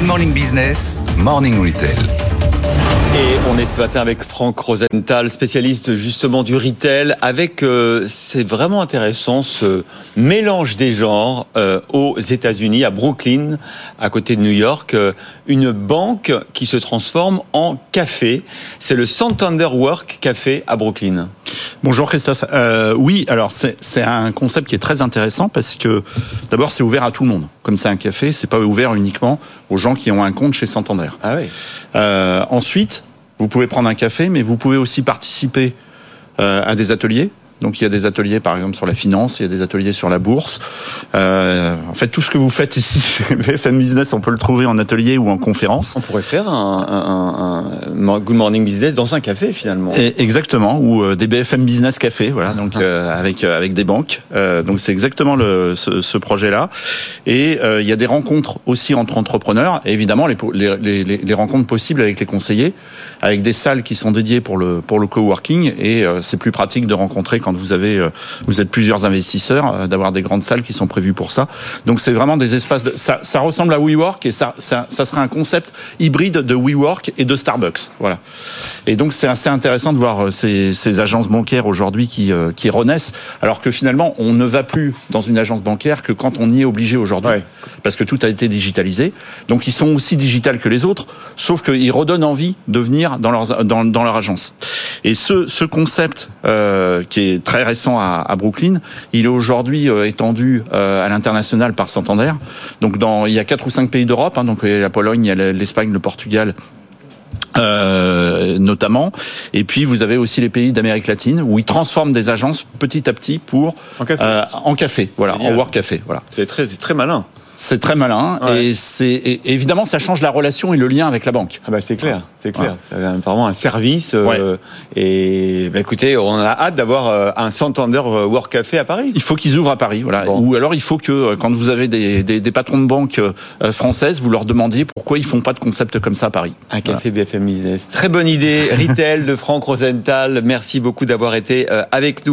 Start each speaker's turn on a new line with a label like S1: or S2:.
S1: Good Morning Business, Morning Retail.
S2: Et on est ce matin avec Franck Rosenthal, spécialiste justement du retail, avec, c'est vraiment intéressant, ce mélange des genres aux États-Unis, à Brooklyn, à côté de New York, une banque qui se transforme en café. C'est le Santander Work Café à Brooklyn.
S3: Bonjour Christophe. Oui, alors c'est un concept qui est très intéressant parce que d'abord c'est ouvert à tout le monde. Comme c'est un café, c'est pas ouvert uniquement aux gens qui ont un compte chez Santander.
S2: Ah oui.
S3: Ensuite, vous pouvez prendre un café, mais vous pouvez aussi participer à des ateliers. Donc il y a des ateliers par exemple sur la finance, il y a des ateliers sur la bourse. En fait, tout ce que vous faites ici chez BFM Business, on peut le trouver en atelier ou en conférence.
S2: On pourrait faire un Good Morning Business dans un café finalement.
S3: Exactement, ou des BFM Business Café, voilà, donc avec des banques. Donc c'est exactement ce projet-là. Et il y a des rencontres aussi entre entrepreneurs, et évidemment les rencontres possibles avec les conseillers, avec des salles qui sont dédiées pour le coworking, et c'est plus pratique de rencontrer quand vous êtes plusieurs investisseurs, d'avoir des grandes salles qui sont prévues pour ça. Donc c'est vraiment des espaces ça ressemble à WeWork, et ça sera un concept hybride de WeWork et de Starbucks. Voilà. Et donc c'est assez intéressant de voir ces agences bancaires aujourd'hui qui renaissent, alors que finalement on ne va plus dans une agence bancaire que quand on y est obligé aujourd'hui, ouais, parce que tout a été digitalisé. Donc ils sont aussi digitales que les autres, sauf qu'ils redonnent envie de venir dans leur agence. Et ce concept qui est très récent à Brooklyn, il est aujourd'hui étendu à l'international par Santander. Donc il y a 4 ou 5 pays d'Europe, donc il y a la Pologne, il y a l'Espagne, le Portugal, notamment. Et puis vous avez aussi les pays d'Amérique latine où ils transforment des agences petit à petit en café, voilà, en work café, voilà.
S2: C'est très malin.
S3: C'est très malin, ouais. Et évidemment ça change la relation et le lien avec la banque.
S2: Ah bah c'est clair, c'est clair. Ouais. C'est vraiment un service.
S3: Ouais.
S2: Et écoutez, on a hâte d'avoir un Santander Work Café à Paris.
S3: Il faut qu'ils ouvrent à Paris, voilà. Bon. Ou alors il faut que quand vous avez des patrons de banque françaises, vous leur demandiez pourquoi ils font pas de concept comme ça à Paris.
S2: Un café BFM Business. Très bonne idée. Retail de Franck Rosenthal. Merci beaucoup d'avoir été avec nous.